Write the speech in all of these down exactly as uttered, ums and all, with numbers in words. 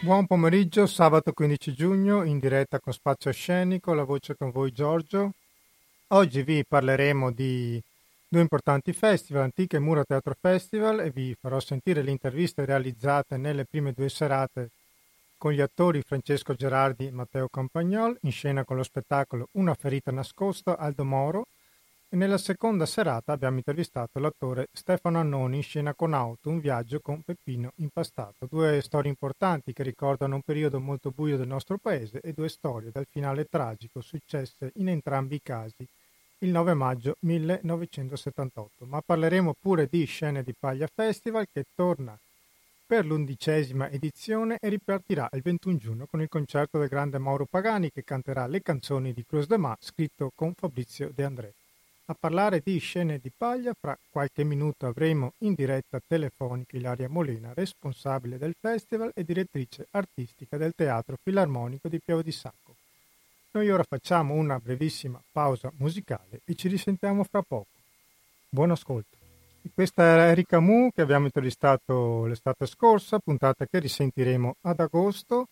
Buon pomeriggio, sabato quindici giugno, in diretta con Spazio Scenico, la voce con voi Giorgio. Oggi vi parleremo di due importanti festival, Antiche Mura Teatro Festival, e vi farò sentire le interviste realizzate nelle prime due serate con gli attori Francesco Gerardi e Matteo Campagnol, in scena con lo spettacolo Una ferita nascosta, Aldo Moro, e nella seconda serata abbiamo intervistato l'attore Stefano Annoni in scena con Auto, un viaggio con Peppino Impastato. Due storie importanti che ricordano un periodo molto buio del nostro paese e due storie dal finale tragico successe in entrambi i casi il nove maggio millenovecentosettantotto. Ma parleremo pure di Scene di Paglia Festival, che torna per l'undicesima edizione e ripartirà il ventuno giugno con il concerto del grande Mauro Pagani, che canterà le canzoni di Cruz de Mà, scritto con Fabrizio De André. A parlare di Scene di Paglia, fra qualche minuto avremo in diretta telefonica Ilaria Molina, responsabile del festival e direttrice artistica del Teatro Filarmonico di Pieve di Sacco. Noi ora facciamo una brevissima pausa musicale e ci risentiamo fra poco. Buon ascolto. Questa era Erika Mu, che abbiamo intervistato l'estate scorsa, puntata che risentiremo ad agosto.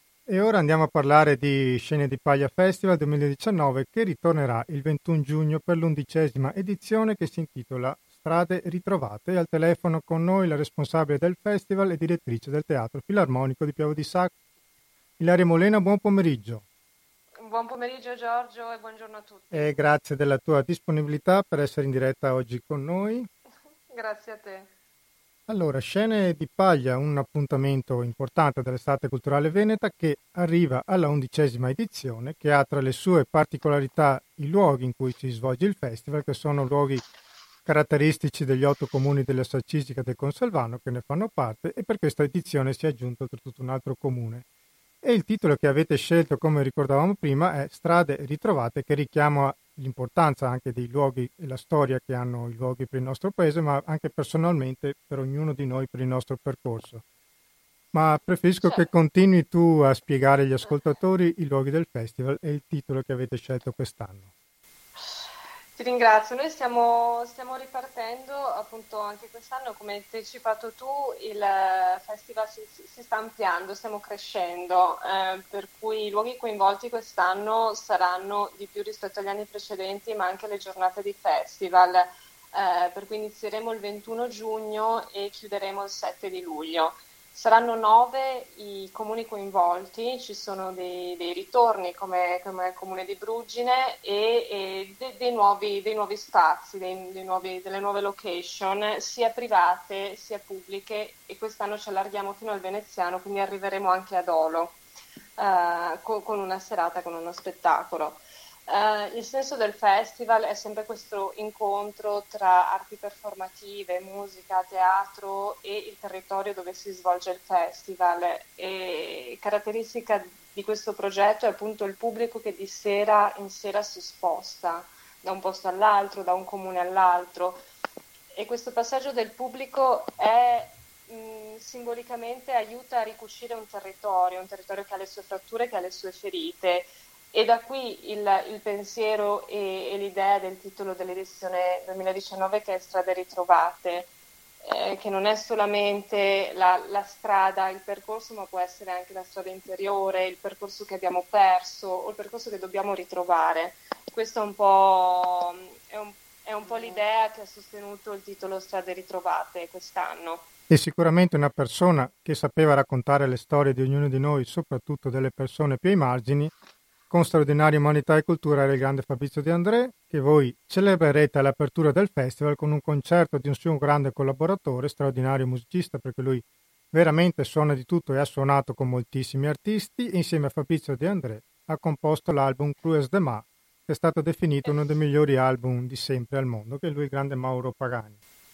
E ora andiamo a parlare di Scene di Paglia Festival duemiladiciannove, che ritornerà il ventuno giugno per l'undicesima edizione, che si intitola Strade ritrovate. E al telefono con noi la responsabile del festival e direttrice del Teatro Filarmonico di Pieve di Sacco, Ilaria Molina. Buon pomeriggio. Buon pomeriggio Giorgio e buongiorno a tutti. E grazie della tua disponibilità per essere in diretta oggi con noi. Grazie a te. Allora, Scene di Paglia, un appuntamento importante dell'estate culturale veneta che arriva alla undicesima edizione, che ha tra le sue particolarità i luoghi in cui si svolge il festival, che sono luoghi caratteristici degli otto comuni della Salcistica del Conselvano che ne fanno parte, e per questa edizione si è aggiunto oltretutto un altro comune. E il titolo che avete scelto, come ricordavamo prima, è Strade ritrovate, che richiama l'importanza anche dei luoghi e la storia che hanno i luoghi per il nostro paese, ma anche personalmente per ognuno di noi per il nostro percorso. Ma preferisco che Certo. continui tu a spiegare agli ascoltatori i luoghi del festival e il titolo che avete scelto quest'anno. Ti ringrazio. Noi stiamo, stiamo ripartendo appunto anche quest'anno, come hai anticipato tu, il festival si, si sta ampliando, stiamo crescendo, eh, per cui i luoghi coinvolti quest'anno saranno di più rispetto agli anni precedenti, ma anche le giornate di festival, eh, per cui inizieremo il ventuno giugno e chiuderemo il sette di luglio. Saranno nove i comuni coinvolti, ci sono dei, dei ritorni come, come il comune di Brugine e, e de, dei, nuovi, dei nuovi spazi, dei, dei nuovi, delle nuove location, sia private sia pubbliche, e quest'anno ci allarghiamo fino al Veneziano, quindi arriveremo anche ad Olo eh, con, con una serata, con uno spettacolo. Uh, il senso del festival è sempre questo incontro tra arti performative, musica, teatro e il territorio dove si svolge il festival. E caratteristica di questo progetto è appunto il pubblico che di sera in sera si sposta da un posto all'altro, da un comune all'altro, e questo passaggio del pubblico è mh, simbolicamente aiuta a ricucire un territorio, un territorio che ha le sue fratture, che ha le sue ferite. E da qui il, il pensiero e, e l'idea del titolo dell'edizione duemiladiciannove, che è Strade ritrovate, eh, che non è solamente la, la strada, il percorso, ma può essere anche la strada interiore, il percorso che abbiamo perso o il percorso che dobbiamo ritrovare. Questo è un po', è un, è un po' l'idea che ha sostenuto il titolo Strade ritrovate quest'anno. E sicuramente una persona che sapeva raccontare le storie di ognuno di noi, soprattutto delle persone più ai margini, con straordinaria umanità e cultura, era il grande Fabrizio De André, che voi celebrerete all'apertura del festival con un concerto di un suo grande collaboratore, straordinario musicista, perché lui veramente suona di tutto e ha suonato con moltissimi artisti, e insieme a Fabrizio De André ha composto l'album Cruz de Mà, che è stato definito uno dei migliori album di sempre al mondo, che è lui il grande Mauro Pagani.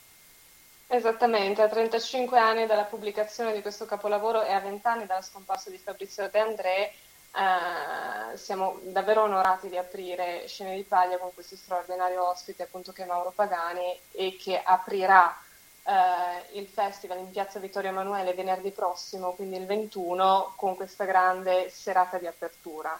Esattamente, a trentacinque anni dalla pubblicazione di questo capolavoro e a venti anni dalla scomparsa di Fabrizio De André, eh, siamo davvero onorati di aprire Scene di Paglia con questo straordinario ospite, appunto, che è Mauro Pagani, e che aprirà eh, il festival in Piazza Vittorio Emanuele venerdì prossimo, quindi il ventuno, con questa grande serata di apertura.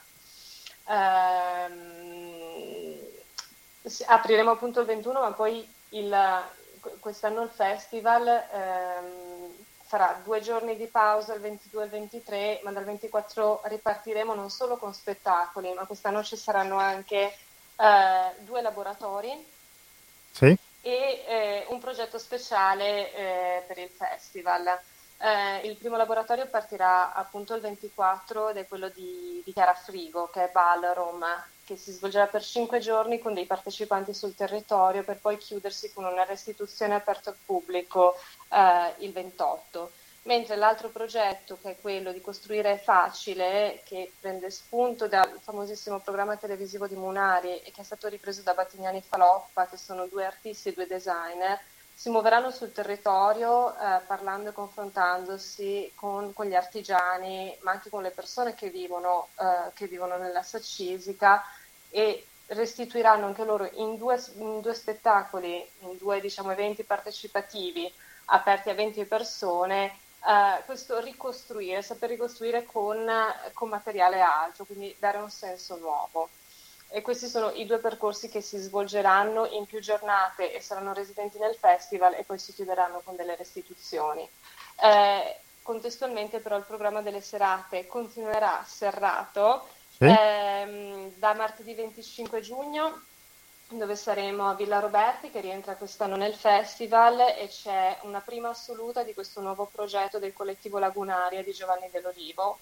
Ehm, apriremo appunto il ventuno, ma poi il quest'anno il festival ehm, farà due giorni di pausa il ventidue e il ventitré, ma dal ventiquattro ripartiremo non solo con spettacoli, ma quest'anno ci saranno anche eh, due laboratori Sì. e eh, un progetto speciale eh, per il festival. Eh, il primo laboratorio partirà appunto il ventiquattro ed è quello di, di Chiara Frigo, che è Ballroom, che si svolgerà per cinque giorni con dei partecipanti sul territorio per poi chiudersi con una restituzione aperta al pubblico eh, il ventotto. Mentre l'altro progetto, che è quello di Costruire Facile, che prende spunto dal famosissimo programma televisivo di Munari e che è stato ripreso da Battignani e Faloppa, che sono due artisti e due designer, si muoveranno sul territorio eh, parlando e confrontandosi con, con gli artigiani, ma anche con le persone che vivono, eh, che vivono nella Saccisica, e restituiranno anche loro in due, in due spettacoli, in due diciamo, eventi partecipativi aperti a venti persone, Uh, questo ricostruire, saper ricostruire con, con materiale altro, quindi dare un senso nuovo. E questi sono i due percorsi che si svolgeranno in più giornate e saranno residenti nel festival e poi si chiuderanno con delle restituzioni. Eh, contestualmente però il programma delle serate continuerà serrato Sì. ehm, da martedì venticinque giugno, dove saremo a Villa Roberti, che rientra quest'anno nel festival, e c'è una prima assoluta di questo nuovo progetto del collettivo Lagunaria di Giovanni Dell'Olivo,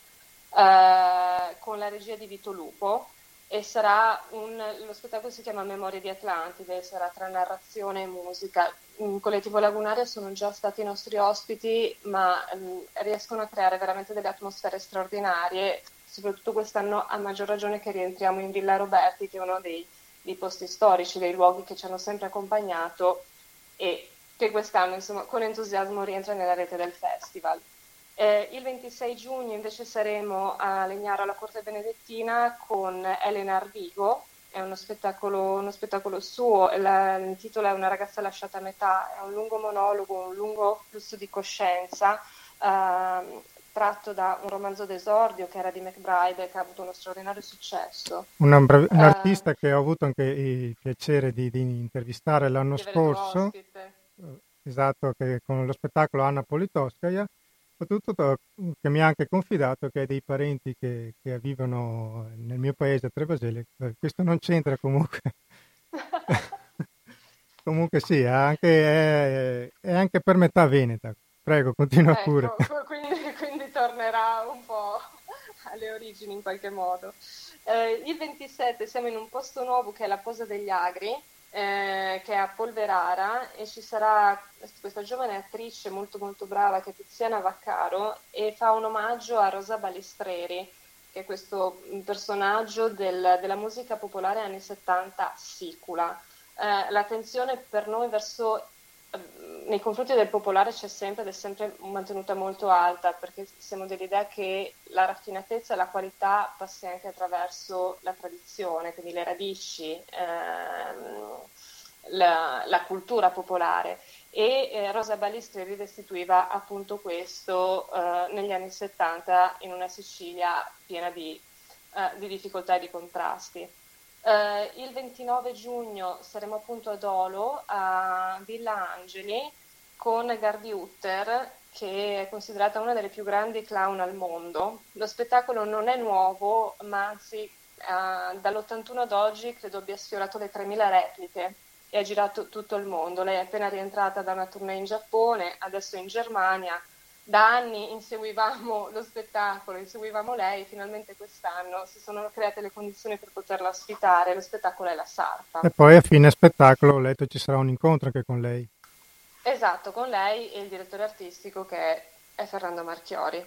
eh, con la regia di Vito Lupo, e sarà un, lo spettacolo si chiama Memorie di Atlantide, sarà tra narrazione e musica. In collettivo Lagunaria sono già stati i nostri ospiti, ma mh, riescono a creare veramente delle atmosfere straordinarie, soprattutto quest'anno a maggior ragione che rientriamo in Villa Roberti, che è uno dei di posti storici, dei luoghi che ci hanno sempre accompagnato e che quest'anno insomma con entusiasmo rientra nella rete del festival. Eh, il ventisei giugno invece saremo a Legnaro alla Corte Benedettina con Elena Arvigo, è uno spettacolo, uno spettacolo suo, la, il titolo è Una ragazza lasciata a metà, è un lungo monologo, un lungo flusso di coscienza, eh, tratto da un romanzo d'esordio che era di McBride, che ha avuto uno straordinario successo. Una brav- un Uh, artista che ho avuto anche il piacere di, di intervistare l'anno di avere tu scorso, ospite. eh, esatto, che con lo spettacolo Anna Politkovskaja, soprattutto che mi ha anche confidato che ha dei parenti che, che vivono nel mio paese a Trebaselli. Questo non c'entra comunque. Comunque sì, è anche, è, è anche per metà veneta. Prego, continua pure. Ecco, quindi, quindi tornerà un po' alle origini in qualche modo. Eh, il ventisette siamo in un posto nuovo che è la Posa degli Agri, eh, che è a Polverara, e ci sarà questa giovane attrice molto molto brava che è Tiziana Vaccaro, e fa un omaggio a Rosa Balistreri, che è questo personaggio del, della musica popolare anni settanta sicula. Eh, l'attenzione per noi verso nei confronti del popolare c'è sempre ed è sempre mantenuta molto alta, perché siamo dell'idea che la raffinatezza e la qualità passi anche attraverso la tradizione, quindi le radici, ehm, la, la cultura popolare. E eh, Rosa Balistreri restituiva appunto questo eh, negli anni settanta in una Sicilia piena di, eh, di difficoltà e di contrasti. Uh, il ventinove giugno saremo appunto a Dolo, a Villa Angeli, con Gardi Utter, che è considerata una delle più grandi clown al mondo. Lo spettacolo non è nuovo, ma anzi uh, dall'ottantuno ad oggi credo abbia sfiorato le tremila repliche e ha girato tutto il mondo. Lei è appena rientrata da una tournée in Giappone, adesso in Germania. Da anni inseguivamo lo spettacolo, inseguivamo lei, finalmente quest'anno si sono create le condizioni per poterla ospitare. Lo spettacolo è La Sarpa. E poi a fine spettacolo ho letto ci sarà un incontro anche con lei. Esatto, con lei e il direttore artistico che è Fernando Marchiori.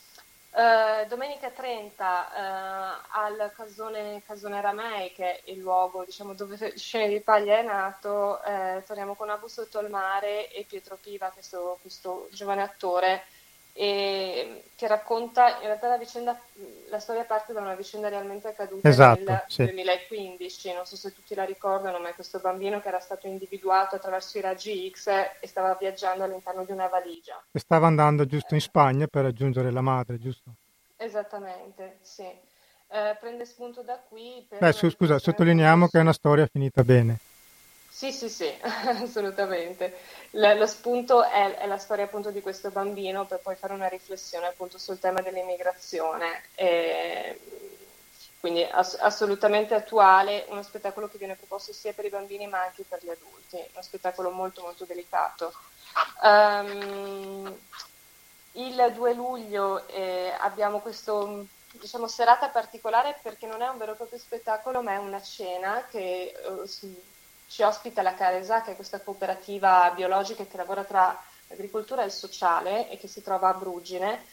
Uh, domenica trenta uh, al Casone, Casone Ramei, che è il luogo diciamo, dove Scene di Paglia è nato, uh, torniamo con Abu sotto il mare e Pietro Piva, questo, questo giovane attore, e, che racconta in realtà la vicenda, la storia parte da una vicenda realmente accaduta Esatto, nel sì. duemilaquindici, non so se tutti la ricordano, ma è questo bambino che era stato individuato attraverso i raggi X e stava viaggiando all'interno di una valigia. E stava andando giusto in Spagna per raggiungere la madre, giusto? Esattamente, sì. Eh, prende spunto da qui per Beh, una su, scusa, riflessione appunto sottolineiamo che è su... una storia finita bene. Sì, sì, sì, assolutamente. L- lo spunto è, è la storia appunto di questo bambino per poi fare una riflessione appunto sul tema dell'immigrazione. E quindi ass- assolutamente attuale, uno spettacolo che viene proposto sia per i bambini ma anche per gli adulti, uno spettacolo molto molto delicato. Ehm, il due luglio eh, abbiamo questo, diciamo, serata particolare perché non è un vero e proprio spettacolo, ma è una cena che eh, si- ci ospita la Caresa, che è questa cooperativa biologica che lavora tra l'agricoltura e il sociale e che si trova a Brugine.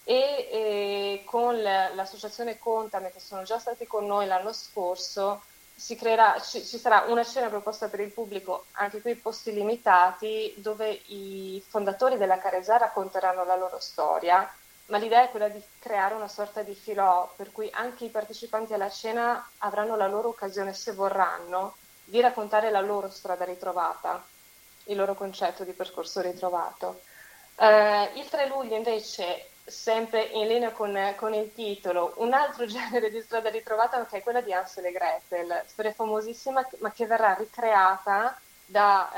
E eh, con l- l'associazione Contame, che sono già stati con noi l'anno scorso, si creerà, ci, ci sarà una cena proposta per il pubblico, anche qui posti limitati, dove i fondatori della Caresa racconteranno la loro storia, ma l'idea è quella di creare una sorta di filò, per cui anche i partecipanti alla cena avranno la loro occasione, se vorranno, di raccontare la loro strada ritrovata, il loro concetto di percorso ritrovato. Eh, il tre luglio invece, sempre in linea con, con il titolo, un altro genere di strada ritrovata che è quella di Hansel e Gretel, storia famosissima ma che verrà ricreata da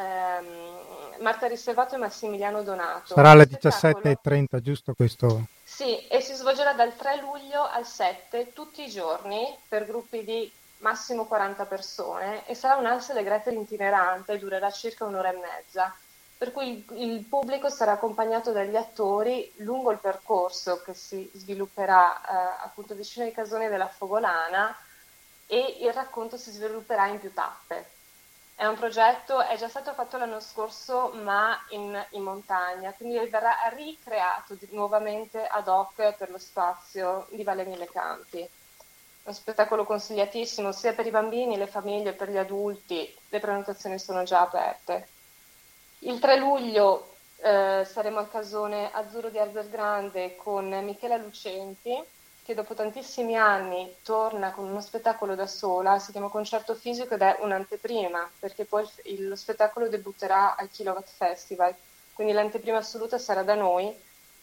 ehm, Marta Riservato e Massimiliano Donato. Sarà Lo alle diciassette e spettacolo trenta, giusto questo? sì, e si svolgerà dal tre luglio al sette, tutti i giorni, per gruppi di massimo quaranta persone, e sarà un Hansel e Gretel itinerante, durerà circa un'ora e mezza, per cui il, il pubblico sarà accompagnato dagli attori lungo il percorso che si svilupperà eh, appunto vicino ai casoni della Fogolana e il racconto si svilupperà in più tappe. È un progetto, è già stato fatto l'anno scorso, ma in, in montagna, quindi verrà ricreato di- nuovamente ad hoc per lo spazio di Valle Mille Campi. Uno spettacolo consigliatissimo sia per i bambini, le famiglie, per gli adulti. Le prenotazioni sono già aperte. Il tre luglio eh, saremo al Casone Azzurro di Grande con Michela Lucenti, che dopo tantissimi anni torna con uno spettacolo da sola, si chiama Concerto Fisico ed è un'anteprima, perché poi il- lo spettacolo debutterà al Kilowatt Festival, quindi l'anteprima assoluta sarà da noi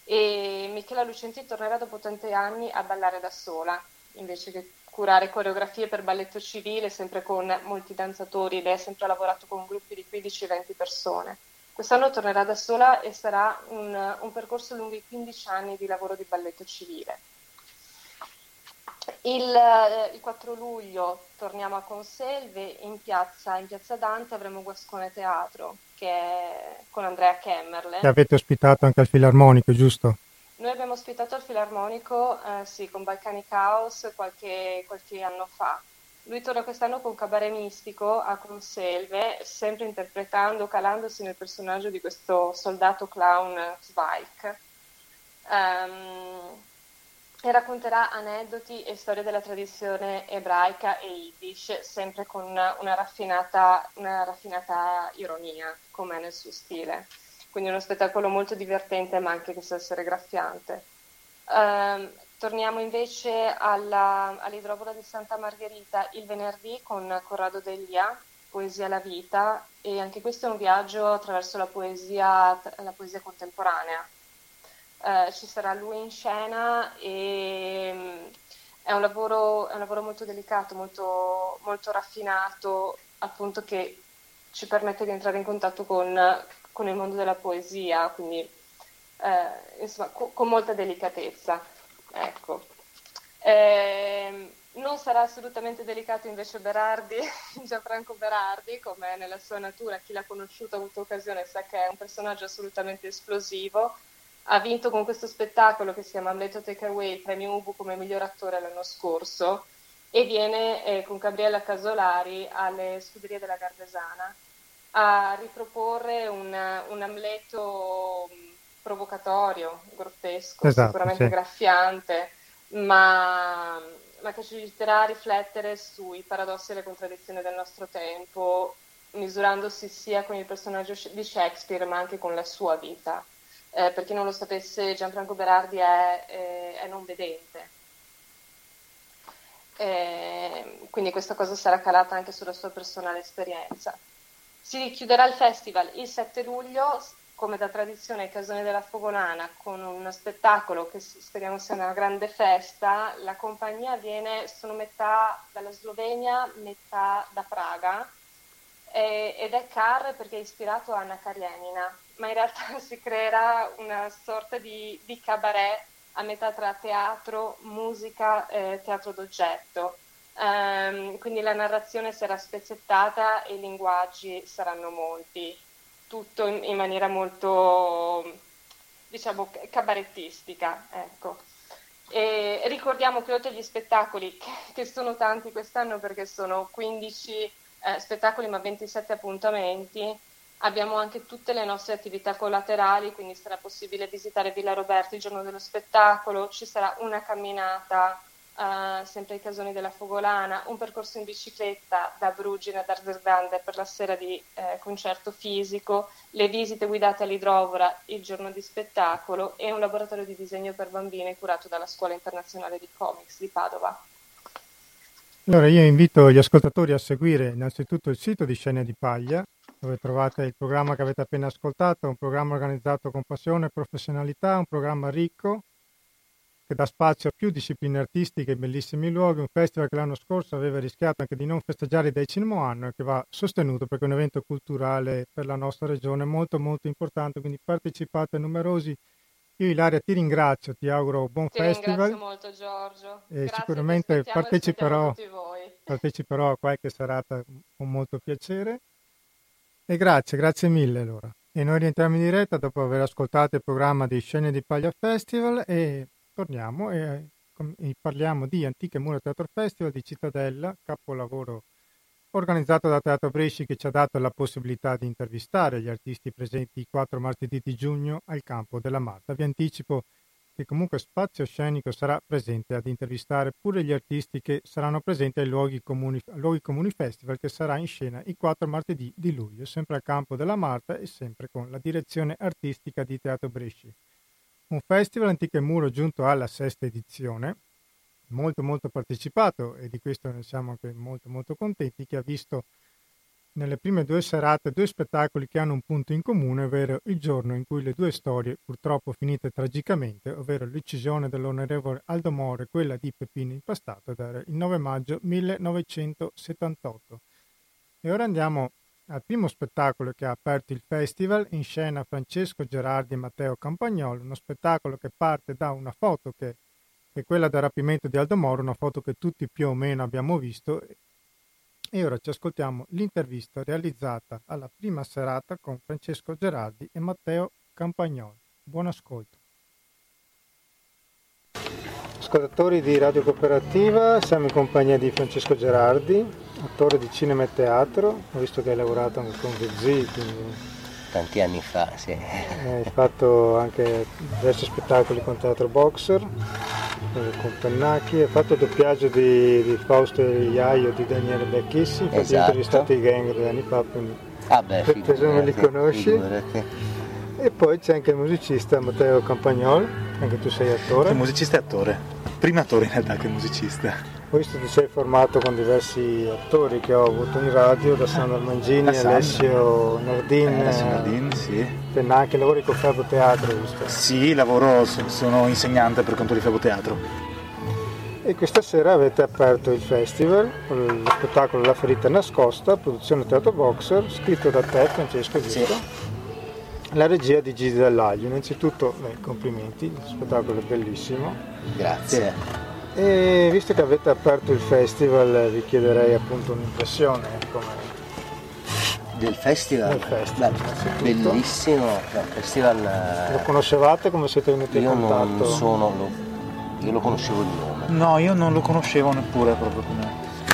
e Michela Lucenti tornerà dopo tanti anni a ballare da sola, invece che curare coreografie per balletto civile, sempre con molti danzatori, lei ha sempre lavorato con gruppi di quindici venti persone. Quest'anno tornerà da sola e sarà un, un percorso lungo i quindici anni di lavoro di balletto civile. Il, eh, il quattro luglio torniamo a Conselve, in piazza, in piazza Dante avremo Guascone Teatro, che è con Andrea Che Kemmerle. avete ospitato anche al Filarmonico, giusto? Noi abbiamo ospitato al Filarmonico, eh, sì, con Balcani Caos qualche, qualche anno fa. Lui torna quest'anno con Cabaret Mistico a Conselve, sempre interpretando, calandosi nel personaggio di questo soldato clown Zweig. Ehm, e racconterà aneddoti e storie della tradizione ebraica e yiddish, sempre con una, una raffinata, una raffinata ironia, come nel suo stile. Quindi uno spettacolo molto divertente, ma anche che sa essere graffiante. Ehm, torniamo invece alla, all'Idrobola di Santa Margherita il venerdì con Corrado Delia, Poesia alla vita, e anche questo è un viaggio attraverso la poesia, la poesia contemporanea. Eh, ci sarà lui in scena e mm, è un lavoro, è un lavoro molto delicato, molto, molto raffinato, appunto che ci permette di entrare in contatto con, con il mondo della poesia, quindi eh, insomma co- con molta delicatezza. Ecco. Ehm, non sarà assolutamente delicato invece Berardi, Gianfranco Berardi, come nella sua natura, chi l'ha conosciuto ha avuto occasione sa che è un personaggio assolutamente esplosivo. Ha vinto con questo spettacolo che si chiama Amleto Takeaway il premio Ubu come miglior attore l'anno scorso e viene eh, con Gabriella Casolari alle Scuderie della Gardesana a riproporre un, un Amleto mh, provocatorio, grottesco, Esatto, sicuramente sì. graffiante, ma, ma che ci aiuterà a riflettere sui paradossi e le contraddizioni del nostro tempo, misurandosi sia con il personaggio di Shakespeare ma anche con la sua vita. Eh, per chi non lo sapesse, Gianfranco Berardi è, è, è non vedente, eh, quindi questa cosa sarà calata anche sulla sua personale esperienza. Si chiuderà il festival il sette luglio, come da tradizione ai Casoni della Fogolana, con uno spettacolo che speriamo sia una grande festa. La compagnia viene, sono metà dalla Slovenia, metà da Praga, e, ed è Car perché è ispirato a Anna Karenina, ma in realtà si creerà una sorta di, di cabaret a metà tra teatro, musica e teatro d'oggetto. Um, quindi la narrazione sarà spezzettata e i linguaggi saranno molti, tutto in, in maniera molto, diciamo, cabarettistica, ecco. E ricordiamo che oltre agli spettacoli, che, che sono tanti quest'anno perché sono quindici eh, spettacoli ma ventisette appuntamenti, abbiamo anche tutte le nostre attività collaterali, quindi sarà possibile visitare Villa Roberta il giorno dello spettacolo, ci sarà una camminata Uh, sempre ai Casoni della Fogolana, un percorso in bicicletta da Brugine ad Arzerdande per la sera di eh, concerto fisico, le visite guidate all'Idrovora il giorno di spettacolo e un laboratorio di disegno per bambini curato dalla Scuola Internazionale di Comics di Padova. Allora io invito gli ascoltatori a seguire innanzitutto il sito di Scene di Paglia, dove trovate il programma che avete appena ascoltato, un programma organizzato con passione e professionalità, un programma ricco che dà spazio a più discipline artistiche e bellissimi luoghi, un festival che l'anno scorso aveva rischiato anche di non festeggiare il decimo anno e che va sostenuto perché è un evento culturale per la nostra regione molto molto importante, quindi partecipate numerosi. Io Ilaria ti ringrazio, ti auguro buon ti festival. Ti ringrazio molto Giorgio, e grazie, sicuramente parteciperò, tutti voi. parteciperò a qualche serata con molto piacere e grazie, grazie mille allora. E noi rientriamo in diretta dopo aver ascoltato il programma di Scene di Paglia Festival e torniamo e, e parliamo di Antiche Mura Teatro Festival di Cittadella, capolavoro organizzato da Teatro Bresci che ci ha dato la possibilità di intervistare gli artisti presenti il quattro martedì di giugno al Campo della Marta. Vi anticipo che comunque Spazio Scenico sarà presente ad intervistare pure gli artisti che saranno presenti ai Luoghi Comuni, Luoghi Comuni Festival che sarà in scena il quattro martedì di luglio, sempre al Campo della Marta e sempre con la direzione artistica di Teatro Bresci. Un festival Antiche Muro giunto alla sesta edizione, molto molto partecipato e di questo ne siamo anche molto molto contenti, che ha visto nelle prime due serate due spettacoli che hanno un punto in comune, ovvero il giorno in cui le due storie purtroppo finite tragicamente, ovvero l'uccisione dell'onorevole Aldo Moro e quella di Peppino Impastato, ed era il nove maggio millenovecentosettantotto. E ora andiamo al primo spettacolo che ha aperto il festival, in scena Francesco Gerardi e Matteo Campagnolo, uno spettacolo che parte da una foto che, che è quella del rapimento di Aldo Moro, una foto che tutti più o meno abbiamo visto, e ora ci ascoltiamo l'intervista realizzata alla prima serata con Francesco Gerardi e Matteo Campagnolo. Buon ascolto. Ascoltatori di Radio Cooperativa, siamo in compagnia di Francesco Gerardi, attore di cinema e teatro. Ho visto che hai lavorato anche con Verzì, quindi tanti anni fa, sì. Hai fatto anche diversi spettacoli con Teatro Boxer, con Pennacchi, hai fatto il doppiaggio di, di Fausto e Iaio di Daniele Becchissi, infatti esatto. Io ho intervistato i gang due anni fa, quindi ah beh, presumo li conosci. Figurati. E poi c'è anche il musicista Matteo Campagnolo, anche tu sei attore. Il musicista e attore, prima attore in realtà che musicista. Ho visto che ti sei formato con diversi attori che ho avuto in radio, da Sandro Mangini, ah, Alessio Nardin, eh, Alessio Nardin, sì. Pennacchi. Lavori con Fabo Teatro, giusto? Sì, lavoro, sono insegnante per conto di Fabo Teatro. E questa sera avete aperto il festival, lo spettacolo La Ferita Nascosta, produzione Teatro Boxer, scritto da te, Francesco, giusto? Sì. La regia di Gigi Dall'Aglio. Innanzitutto, beh, complimenti, il spettacolo è bellissimo. Grazie. E visto che avete aperto il festival, vi chiederei appunto un'impressione come del festival. Del festival Beh, bellissimo, il festival. Lo conoscevate? Come siete venuti io in contatto? Non sono, lo, io lo conoscevo di nome. No, io non lo conoscevo neppure proprio come.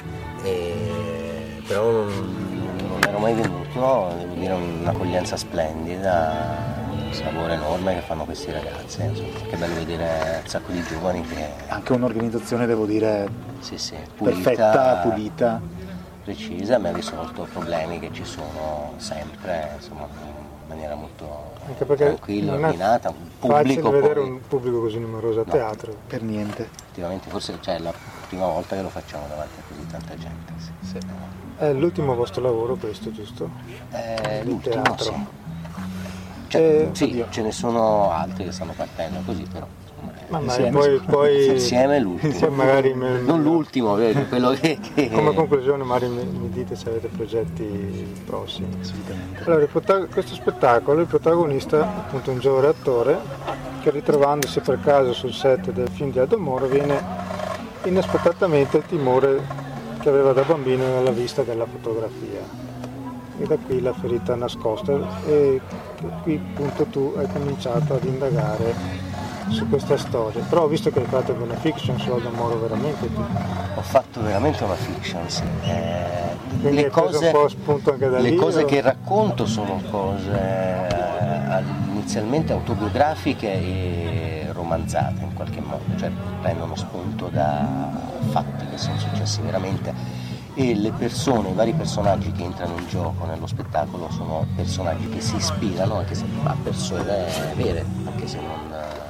E, però non, non ero mai venuto, devo dire un'accoglienza splendida. Un lavoro enorme che fanno questi ragazzi, insomma, che bello vedere un sacco di giovani che... Anche un'organizzazione, devo dire, sì, sì, pulita, perfetta, pulita, precisa, mi ha risolto problemi che ci sono sempre, insomma, in maniera molto anche perché tranquilla, ordinata, un pubblico facile vedere poi... un pubblico così numeroso a no, teatro. Per niente. Effettivamente, forse cioè, è la prima volta che lo facciamo davanti a così tanta gente. Sì. Sì. È l'ultimo vostro lavoro questo, giusto? È l'ultimo, teatro. Sì. Cioè, eh, sì, oddio. Ce ne sono altri che stanno partendo così, però insomma, Ma Insieme. poi, poi Insieme è l'ultimo. se magari me- Non l'ultimo, vedi, quello che, che... Come conclusione magari mi, mi dite se avete progetti prossimi. Assolutamente. Allora, il prota- questo spettacolo, il protagonista appunto è un giovane attore che, ritrovandosi per caso sul set del film di Aldo Moro, viene inaspettatamente il timore che aveva da bambino nella vista della fotografia, e da qui la ferita nascosta, e qui appunto tu hai cominciato ad indagare su questa storia. Però ho visto che hai fatto una fiction su Aldo Moro, veramente tu. Ho fatto veramente una fiction, sì. Eh, Quindi le hai preso cose, un po' spunto anche da le lì, cose o- che racconto sono cose eh, inizialmente autobiografiche e romanzate in qualche modo, cioè prendono spunto da fatti che sono successi veramente, e le persone, i vari personaggi che entrano in gioco nello spettacolo sono personaggi che si ispirano anche se a persone vere, anche se non,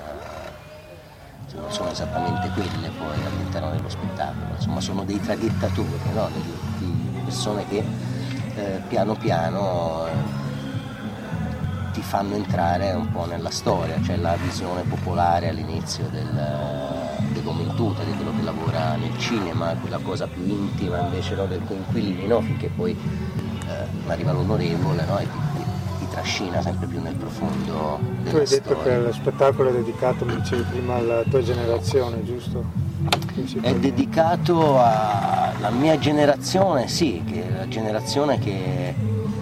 non sono esattamente quelle poi all'interno dello spettacolo, insomma sono dei traghettatori, no? di, di persone che eh, piano piano eh, ti fanno entrare un po' nella storia, cioè la visione popolare all'inizio del, dell'omentuta, di quello che lavora nel cinema, quella cosa più intima invece, no? del coinquilino, finché poi eh, arriva l'onorevole, no? e ti, ti, ti trascina sempre più nel profondo della Tu hai detto storia. che lo spettacolo è dedicato, mi dicevi prima, alla tua generazione, giusto? È dedicato alla mia generazione, sì, che è la generazione che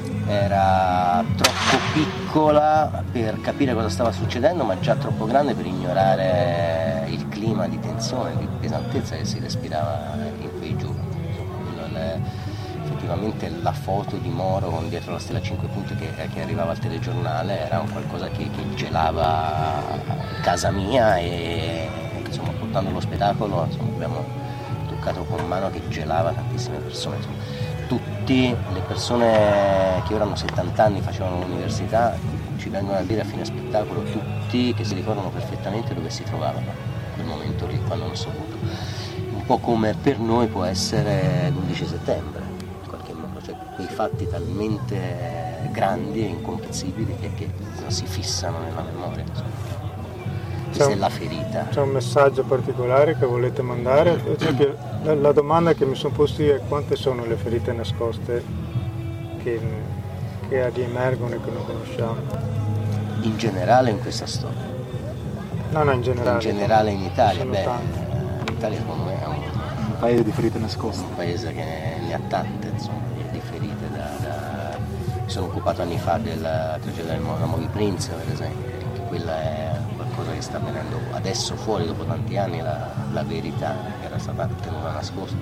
era troppo piccola per capire cosa stava succedendo, ma già troppo grande per ignorare il clima di tensione, di pesantezza che si respirava in quei giorni. Insomma, le, effettivamente la foto di Moro con dietro la stella a cinque punti che, che arrivava al telegiornale era un qualcosa che, che gelava casa mia, e insomma, portando lo spettacolo insomma, abbiamo toccato con mano che gelava tantissime persone. Insomma. Tutte le persone che ora hanno settanta anni, facevano l'università, ci vengono a dire a fine spettacolo, tutti che si ricordano perfettamente dove si trovavano in quel momento lì, quando hanno saputo. Un po' come per noi può essere l'undici settembre, in qualche modo, cioè quei fatti talmente grandi e incomprensibili che, che si fissano nella memoria. Insomma. Questa è la ferita. C'è un messaggio particolare che volete mandare? Per esempio, la, la domanda che mi sono posto io è: quante sono le ferite nascoste che, che riemergono e che non conosciamo? In generale in questa storia? No, no, in generale. In generale in Italia? Sono Beh, tante. l'Italia secondo me è un, Un paese di ferite nascoste. un paese che ne ha tante, insomma, di ferite. Da, da... Mi sono occupato anni fa della tragedia del Movi Prince, per esempio, che quella è qualcosa che sta venendo adesso fuori dopo tanti anni, la, la verità che era stata tenuta nascosta.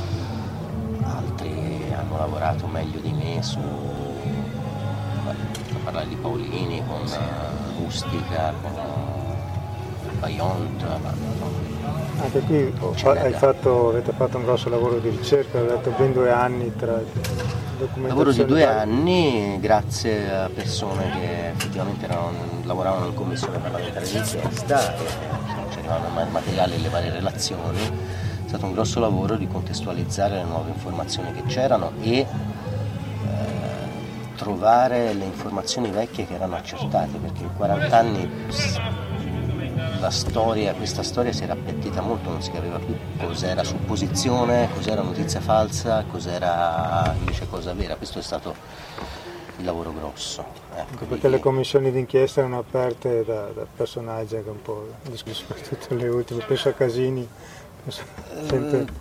Altri hanno lavorato meglio di me su, a parlare di Paolini, con uh, Ustica, con Baiont, ma insomma, Anche qui ho fa- hai fatto, avete fatto un grosso lavoro di ricerca, ho detto ben due anni tra documentazione. lavoro di due varie. anni grazie a persone che effettivamente erano, lavoravano in commissione parlamentare d'inchiesta, e c'erano il materiale e le varie relazioni. È stato un grosso lavoro di contestualizzare le nuove informazioni che c'erano e eh, trovare le informazioni vecchie che erano accertate, perché in quaranta anni la storia, questa storia si era appiattita molto, non si capiva più cos'era supposizione, cos'era notizia falsa, cos'era invece cosa vera. Questo è stato il lavoro grosso. Ecco, Perché le commissioni d'inchiesta erano aperte da, da personaggi che un po', soprattutto le ultime, penso a Casini. Penso, sempre... Eh,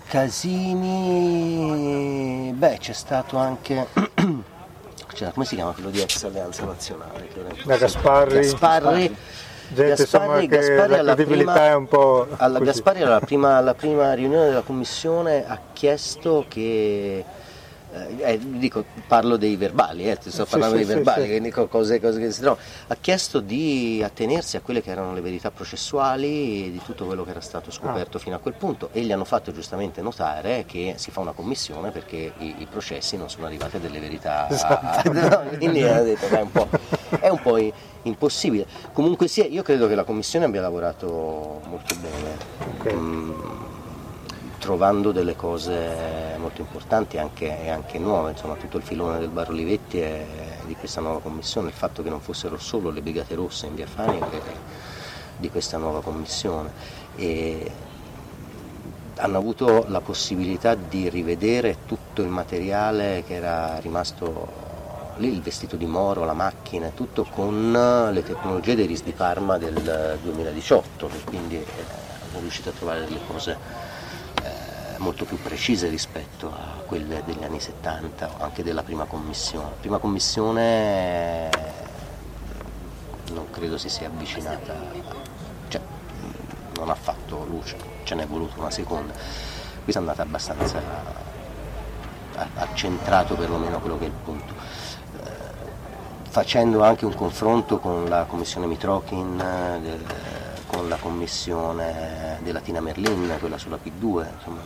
Casini, beh, c'è stato anche, cioè, come si chiama quello di ex Alleanza Nazionale? Da Gasparri. Gasparri. Gente, insomma, che Gasparri la alla credibilità prima, è un po' alla così. Gasparri alla prima, alla prima riunione della commissione ha chiesto che eh, dico, parlo dei verbali, eh, ti sto Sì, parlando sì, dei sì, verbali, sì. che dico cose, cose che si trovano. Ha chiesto di attenersi a quelle che erano le verità processuali e di tutto quello che era stato scoperto Ah. fino a quel punto, e gli hanno fatto giustamente notare che si fa una commissione perché i, i processi non sono arrivati a delle verità. Esatto. No, quindi ha detto che è un po', è un po' impossibile. Comunque sia, io credo che la commissione abbia lavorato molto bene. Ok. Mm, trovando delle cose molto importanti anche, e anche nuove, insomma tutto il filone del bar Olivetti è di questa nuova commissione, il fatto che non fossero solo le Brigate Rosse in via Fani, che di questa nuova commissione, e hanno avuto la possibilità di rivedere tutto il materiale che era rimasto lì, il vestito di Moro, la macchina, tutto con le tecnologie dei R I S di Parma del duemiladiciotto, e quindi eh, sono riuscito a trovare delle cose eh, molto più precise rispetto a quelle degli anni settanta o anche della prima commissione. La prima commissione eh, non credo si sia avvicinata, cioè non ha fatto luce, ce n'è voluto una seconda. Questa è andata abbastanza, ha, ha centrato perlomeno quello che è il punto, eh, facendo anche un confronto con la commissione Mitrokhin, del, con la commissione della Tina Merlin, quella sulla P due, insomma,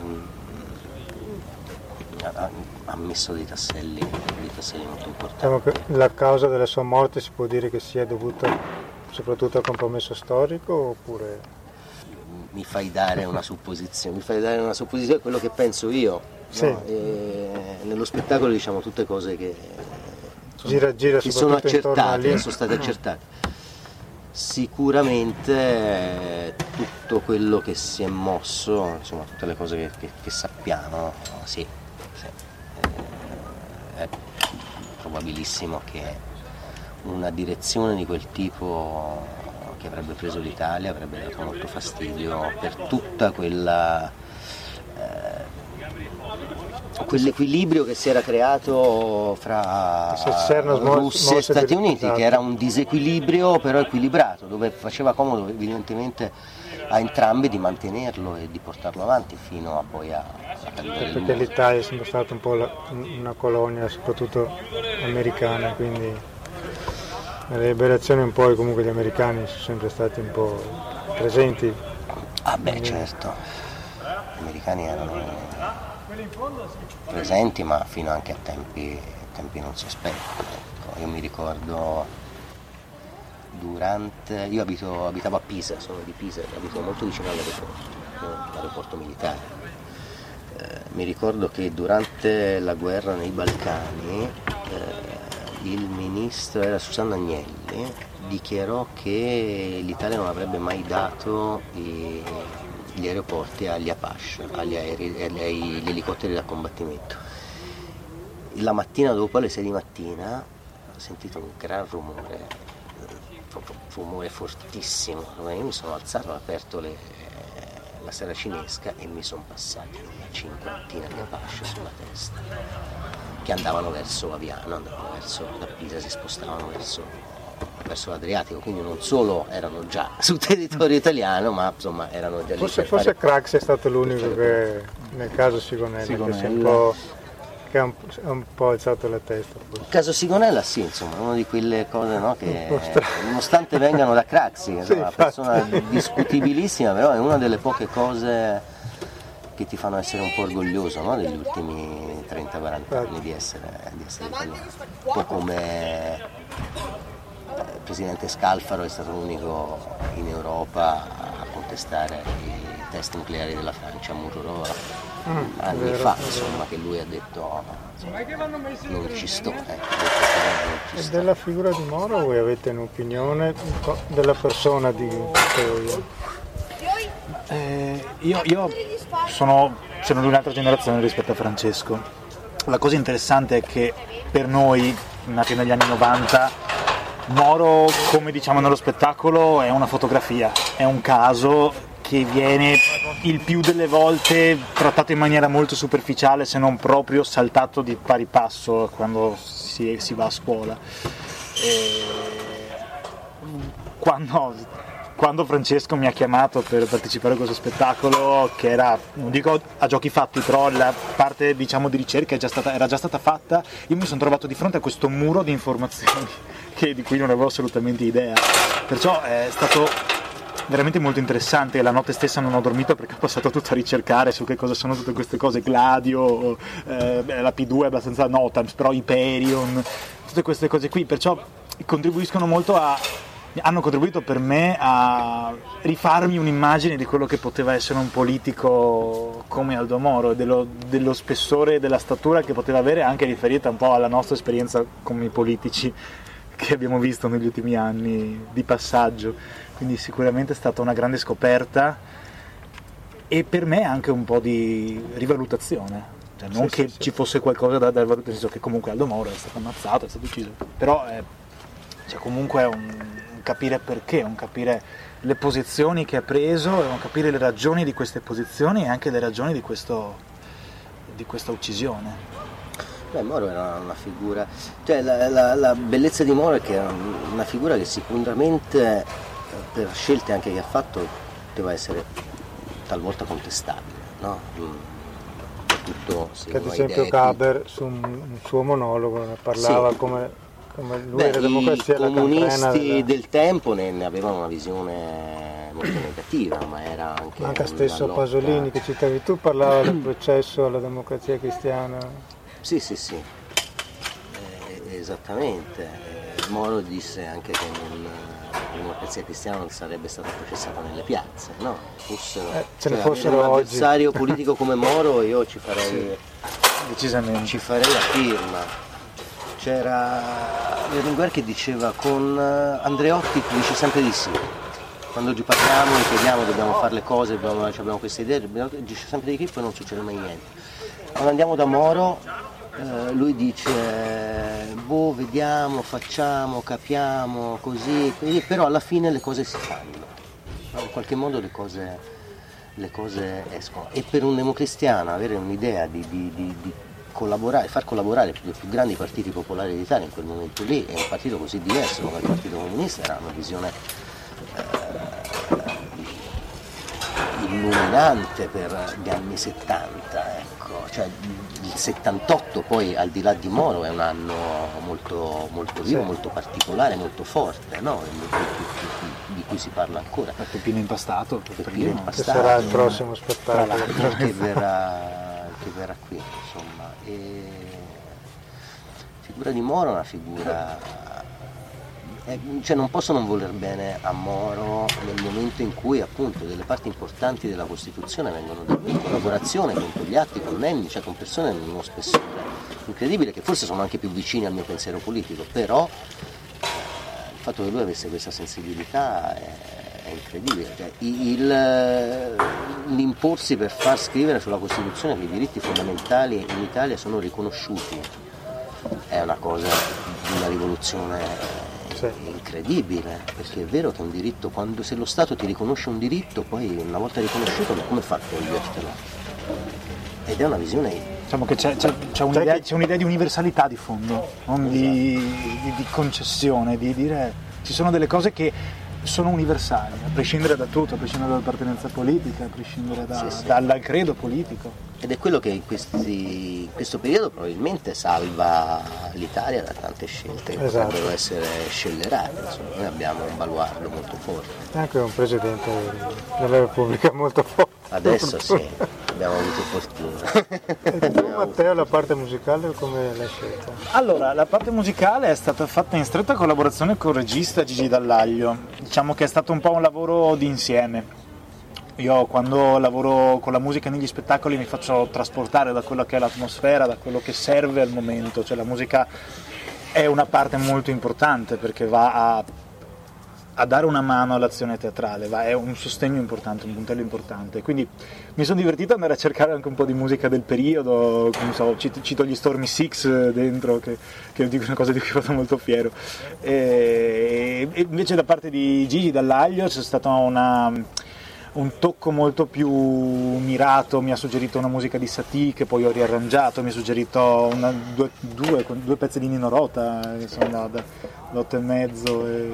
ha, ha messo dei tasselli, dei tasselli molto importanti. Diciamo che la causa della sua morte si può dire che sia dovuta soprattutto al compromesso storico, oppure... Mi fai dare una supposizione, mi fai dare una supposizione, quello che penso io. Sì. No? E nello spettacolo diciamo tutte cose che sono, gira, gira che sono accertate, che sono state accertate. Sicuramente tutto quello che si è mosso, insomma tutte le cose che, che, che sappiamo, sì, sì. È probabilissimo che una direzione di quel tipo che avrebbe preso l'Italia avrebbe dato molto fastidio per tutta quella eh, quell'equilibrio che si era creato fra Russia e Stati Uniti, che era un disequilibrio però equilibrato, dove faceva comodo evidentemente a entrambi di mantenerlo e di portarlo avanti fino a poi a, a cadere. Perché l'Italia è sempre stata un po' la, una colonia soprattutto americana, quindi nelle liberazioni un po' comunque gli americani sono sempre stati un po' presenti. Ah beh, certo, gli americani erano presenti, ma fino anche a tempi, tempi non sospetti. Ecco, io mi ricordo durante, io abito, abitavo a Pisa, sono di Pisa, abito molto vicino all'aeroporto, l'aeroporto militare. Eh, mi ricordo che durante la guerra nei Balcani eh, il ministro, era Susanna Agnelli, dichiarò che l'Italia non avrebbe mai dato i, gli aeroporti agli Apache, agli, aerei, agli elicotteri da combattimento. La mattina dopo, alle sei di mattina, ho sentito un gran rumore, un rumore fortissimo. Io mi sono alzato, ho aperto le, la saracinesca e mi sono passati una cinquantina di Apache sulla testa, che andavano verso Aviano, andavano verso, da Pisa si spostavano verso, verso l'Adriatico, quindi non solo erano già sul territorio italiano, ma insomma erano già lì. Forse, per forse fare... Crax è stato l'unico che nel caso Sigonella, Sigonella. Che, un po', che ha un, ha un po' alzato la testa. Forse. Il caso Sigonella sì, insomma, una di quelle cose, no, che nonostante vengano da Craxi, che è una persona discutibilissima, però è una delle poche cose che ti fanno essere un po' orgoglioso, no, degli ultimi trenta quaranta anni di essere, di essere italiano. Un po' come il presidente Scalfaro è stato l'unico in Europa a contestare i test nucleari della Francia a Mururoa, mm, anni vero, fa, insomma, che lui ha detto insomma, non ci sto. Eh, e della figura di Moro voi avete un'opinione della persona di Vittorio? Eh, io, io sono, sono di un'altra generazione rispetto a Francesco. La cosa interessante è che per noi, nati negli anni novanta, Moro, come diciamo nello spettacolo, è una fotografia, è un caso che viene il più delle volte trattato in maniera molto superficiale, se non proprio saltato di pari passo quando si, si va a scuola. E quando... Quando Francesco mi ha chiamato per partecipare a questo spettacolo, che era, non dico a giochi fatti, però la parte diciamo di ricerca è già stata, era già stata fatta, io mi sono trovato di fronte a questo muro di informazioni che, di cui non avevo assolutamente idea. Perciò è stato veramente molto interessante. La notte stessa non ho dormito perché ho passato tutto a ricercare su che cosa sono tutte queste cose, Gladio, eh, la P due è abbastanza nota, però Hyperion, tutte queste cose qui, perciò contribuiscono molto a... hanno contribuito per me a rifarmi un'immagine di quello che poteva essere un politico come Aldo Moro, dello, dello spessore e della statura che poteva avere, anche riferita un po' alla nostra esperienza come politici che abbiamo visto negli ultimi anni di passaggio. quindi sicuramente è stata una grande scoperta e per me anche un po' di rivalutazione. Cioè, non sì, che sì, ci fosse qualcosa da, da valutare, nel senso che comunque Aldo Moro è stato ammazzato, è stato ucciso, però è, cioè, comunque è un, un capire perché, un capire le posizioni che ha preso e un capire le ragioni di queste posizioni e anche le ragioni di, questo, di questa uccisione. Beh, Moro era una figura, cioè la, la, la bellezza di Moro è che era una figura che sicuramente per scelte anche che ha fatto poteva essere talvolta contestabile, no? Tutto, che ad esempio Gaber su un, un suo monologo ne parlava sì. come, come lui Beh, e la democrazia. I comunisti della... del tempo ne, ne avevano una visione molto negativa, ma era anche anche una stesso lotta. Pasolini che citavi tu parlava del processo alla democrazia cristiana. Sì, sì, sì, eh, esattamente. Moro disse anche che non, la democrazia cristiana non sarebbe stata processata nelle piazze, no? Fossero, eh, ce ne cioè, fossero un oggi. avversario politico come Moro io ci farei, sì, decisamente. Ci farei la firma. C'era Berlinguer che diceva con Andreotti tu dici sempre di sì. Quando ci parliamo e chiediamo dobbiamo fare le cose, abbiamo, abbiamo queste idee, dice sempre di che poi non succede mai niente. Quando andiamo da Moro Uh, lui dice boh vediamo, facciamo, capiamo così, così, però alla fine le cose si fanno, in qualche modo le cose, le cose escono e per un democristiano avere un'idea di, di, di, di collaborare, far collaborare i più grandi partiti popolari d'Italia in quel momento lì e un partito così diverso come il Partito Comunista era una visione uh, illuminante per gli anni settanta, ecco, cioè il settantotto poi al di là di Moro è un anno molto, molto vivo, sì, molto particolare, molto forte, no? di, di, di cui si parla ancora. Il Peppino Impastato, Peppino Impastato, che sarà il prossimo spettacolo che verrà, che verrà qui, insomma. E la figura di Moro è una figura, eh, cioè non posso non voler bene a Moro nel momento in cui appunto delle parti importanti della Costituzione vengono dette in collaborazione con gli atti, con Nenni, cioè con persone di uno spessore incredibile che forse sono anche più vicini al mio pensiero politico, però eh, il fatto che lui avesse questa sensibilità è, è incredibile, cioè, il, l'imporsi per far scrivere sulla Costituzione che i diritti fondamentali in Italia sono riconosciuti è una cosa di una rivoluzione incredibile, perché è vero che un diritto, quando se lo Stato ti riconosce un diritto, poi una volta riconosciuto come fa a togliertelo? Ed è una visione, diciamo che c'è, c'è, c'è, un'idea, c'è un'idea di universalità di fondo, non esatto. di, di, di concessione, di dire ci sono delle cose che sono universali, a prescindere da tutto, a prescindere dall'appartenenza politica, a prescindere da, sì, sì. dal, dal credo politico. Ed è quello che in questi, in questo periodo probabilmente salva l'Italia da tante scelte che esatto. potrebbero essere scellerate. Insomma, noi abbiamo un baluardo molto forte. Anche un presidente della Repubblica molto forte. Adesso sì, abbiamo avuto fortuna. E tu Matteo la parte musicale come l'hai scelta? Allora, la parte musicale è stata fatta in stretta collaborazione con il regista Gigi Dallaglio. Diciamo che è stato un po' un lavoro di insieme. Io quando lavoro con la musica negli spettacoli mi faccio trasportare da quella che è l'atmosfera, da quello che serve al momento, cioè la musica è una parte molto importante perché va a, a dare una mano all'azione teatrale, va, è un sostegno importante, un puntello importante, quindi mi sono divertito ad andare a cercare anche un po' di musica del periodo, non so, cito, cito gli Stormy Six dentro, che, che è una cosa di cui vado molto fiero, e, e invece da parte di Gigi Dallaglio c'è stata una... un tocco molto più mirato, mi ha suggerito una musica di Satie che poi ho riarrangiato, mi ha suggerito una, due, due, due pezzi di Nino Rota, insomma, da, l'otto e mezzo, e,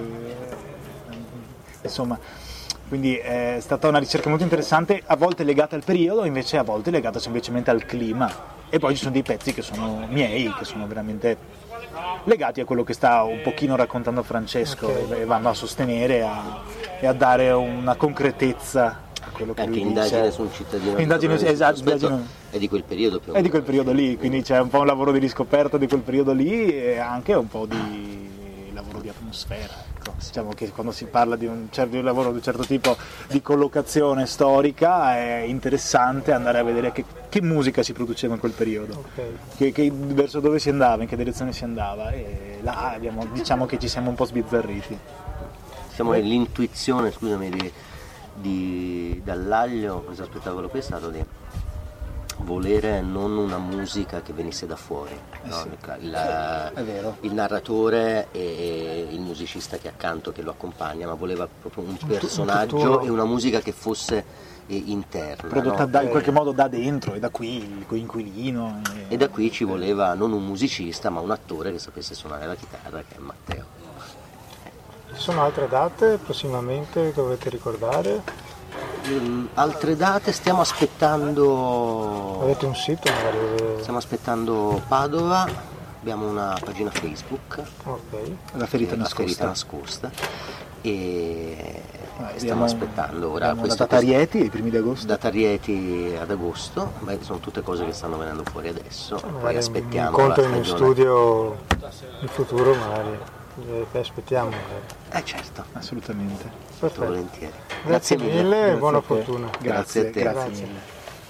insomma, quindi è stata una ricerca molto interessante, a volte legata al periodo, invece a volte legata semplicemente al clima, e poi ci sono dei pezzi che sono miei, che sono veramente legati a quello che sta un pochino raccontando Francesco, okay. E vanno a sostenere a, e a dare una concretezza a quello che anche lui indagine dice. su un cittadino indagine, esatto, indagine, è di quel periodo più o meno. È di quel periodo lì, quindi c'è un po' un lavoro di riscoperta di quel periodo lì e anche un po' di lavoro di atmosfera. Ecco. Diciamo che quando si parla di un, certo, di un lavoro di un certo tipo di collocazione storica è interessante andare a vedere che, che musica si produceva in quel periodo, okay. che, che, verso dove si andava, in che direzione si andava, e là abbiamo, diciamo che ci siamo un po' sbizzarriti. diciamo l'intuizione, scusami, di, di Dall'Aglio, questo spettacolo qui è stato di volere non una musica che venisse da fuori, eh no? sì. il, È vero. il narratore e il musicista che accanto che lo accompagna, ma voleva proprio un personaggio un tutto... e una musica che fosse eh, interna, prodotta no? da, in qualche modo da dentro, e da qui il coinquilino e... e da qui ci voleva non un musicista ma un attore che sapesse suonare la chitarra, che è Matteo. Ci sono altre date prossimamente che dovete ricordare? Um, altre date stiamo aspettando. Avete un sito magari? Stiamo aspettando Padova, abbiamo una pagina Facebook, okay. La ferita la nascosta. ferita nascosta e ah, stiamo aspettando ora questo, da Tarieti i primi di agosto. Da Tarieti ad agosto, beh, sono tutte cose che stanno venendo fuori adesso, cioè, poi aspettiamo un conto la in uno stagione. Studio in futuro magari. Eh, aspettiamo. Eh certo, assolutamente. Molto volentieri. Grazie, grazie mille e buona fortuna. Grazie, grazie a te. Grazie, grazie mille.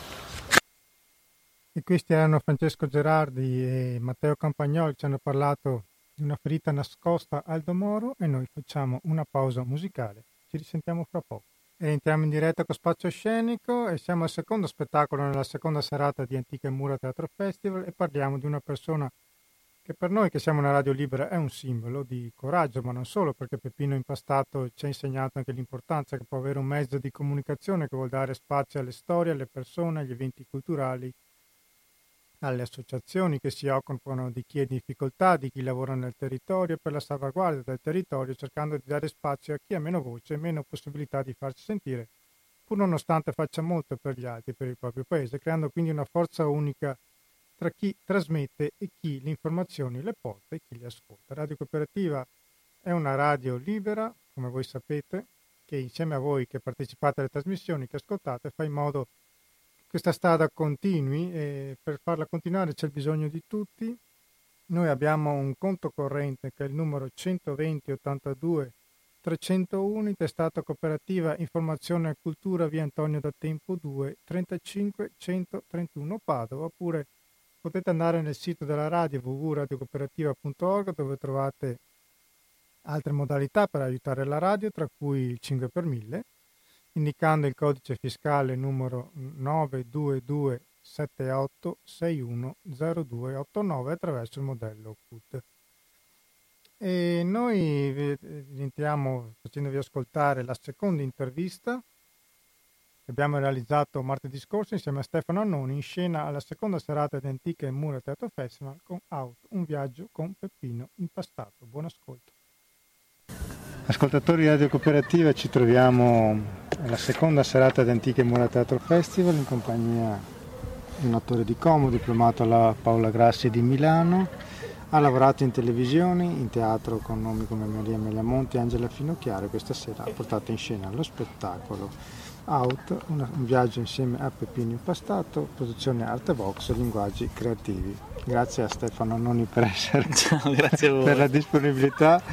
E questi erano Francesco Gerardi e Matteo Campagnoli, ci hanno parlato di Una ferita nascosta Aldo Moro e noi facciamo una pausa musicale. Ci risentiamo fra poco. E entriamo in diretta con Spazio Scenico e siamo al secondo spettacolo nella seconda serata di Antiche Mura Teatro Festival e parliamo di una persona che per noi che siamo una radio libera è un simbolo di coraggio, ma non solo, perché Peppino Impastato ci ha insegnato anche l'importanza che può avere un mezzo di comunicazione che vuol dare spazio alle storie, alle persone, agli eventi culturali, alle associazioni che si occupano di chi è in difficoltà, di chi lavora nel territorio per la salvaguardia del territorio, cercando di dare spazio a chi ha meno voce e meno possibilità di farsi sentire, pur nonostante faccia molto per gli altri, per il proprio paese, creando quindi una forza unica tra chi trasmette e chi le informazioni le porta e chi le ascolta. Radio Cooperativa è una radio libera, come voi sapete, che insieme a voi che partecipate alle trasmissioni, che ascoltate, fa in modo che questa strada continui e per farla continuare c'è il bisogno di tutti. Noi abbiamo un conto corrente che è il numero centoventi ottantadue trecentouno, intestato Cooperativa Informazione e Cultura, via Antonio da Tempo due, trentacinque centotrentuno Padova, oppure potete andare nel sito della radio w w w punto radio cooperativa punto org dove trovate altre modalità per aiutare la radio, tra cui il cinque per mille, indicando il codice fiscale numero nove due due sette otto sei uno zero due otto nove attraverso il modello C U T. E noi vi entriamo facendovi ascoltare la seconda intervista che abbiamo realizzato martedì scorso insieme a Stefano Annoni in scena alla seconda serata di Antiche Mura Teatro Festival con Out, un viaggio con Peppino Impastato. Buon ascolto. Ascoltatori di Radio Cooperativa, ci troviamo alla seconda serata di Antiche Mura Teatro Festival in compagnia di un attore di Como, diplomato alla Paola Grassi di Milano. Ha lavorato in televisione, in teatro con nomi come Maria Melamonti e Angela Finocchiaro. Questa sera ha portato in scena lo spettacolo Out, una, un viaggio insieme a Peppino Impastato, produzione Arte Vox, linguaggi creativi. Grazie a Stefano Annoni per essere Ciao, grazie a voi. per la disponibilità.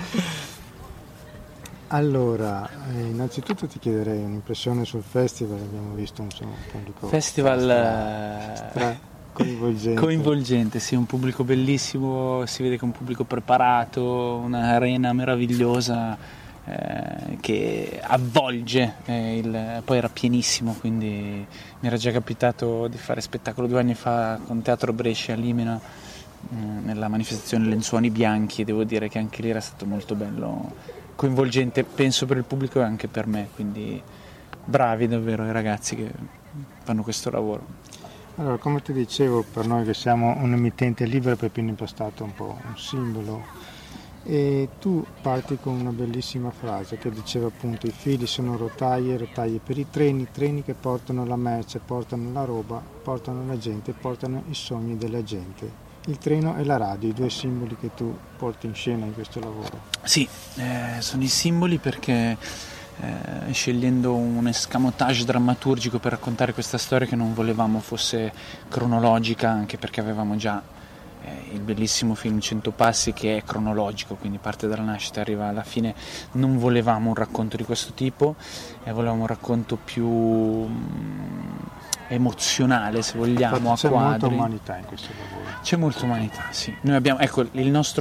Allora, eh, innanzitutto ti chiederei un'impressione sul festival. Abbiamo visto insomma, un pubblico festival stra, stra coinvolgente. coinvolgente, sì, un pubblico bellissimo, si vede che è un pubblico preparato, un'arena meravigliosa eh, che avvolge, eh, il, poi era pienissimo, quindi mi era già capitato di fare spettacolo due anni fa con Teatro Brescia a Limena eh, nella manifestazione Lenzuoli Bianchi, e devo dire che anche lì era stato molto bello, coinvolgente, penso per il pubblico e anche per me, quindi bravi davvero i ragazzi che fanno questo lavoro. Allora, come ti dicevo, per noi che siamo un emittente libero, Peppino Impastato è un po' un simbolo, e tu parti con una bellissima frase che diceva appunto: i fili sono rotaie, rotaie per i treni, treni che portano la merce, portano la roba, portano la gente, portano i sogni della gente. Il treno e la radio, i due simboli che tu porti in scena in questo lavoro. Sì, eh, sono i simboli perché eh, scegliendo un escamotage drammaturgico per raccontare questa storia che non volevamo fosse cronologica, anche perché avevamo già eh, il bellissimo film Cento Passi che è cronologico, quindi parte dalla nascita e arriva alla fine. Non volevamo un racconto di questo tipo, eh, volevamo un racconto più mh, emozionale, se vogliamo. C'è a quadri. molta umanità in questo lavoro. C'è molta umanità, sì. Noi abbiamo, ecco, il nostro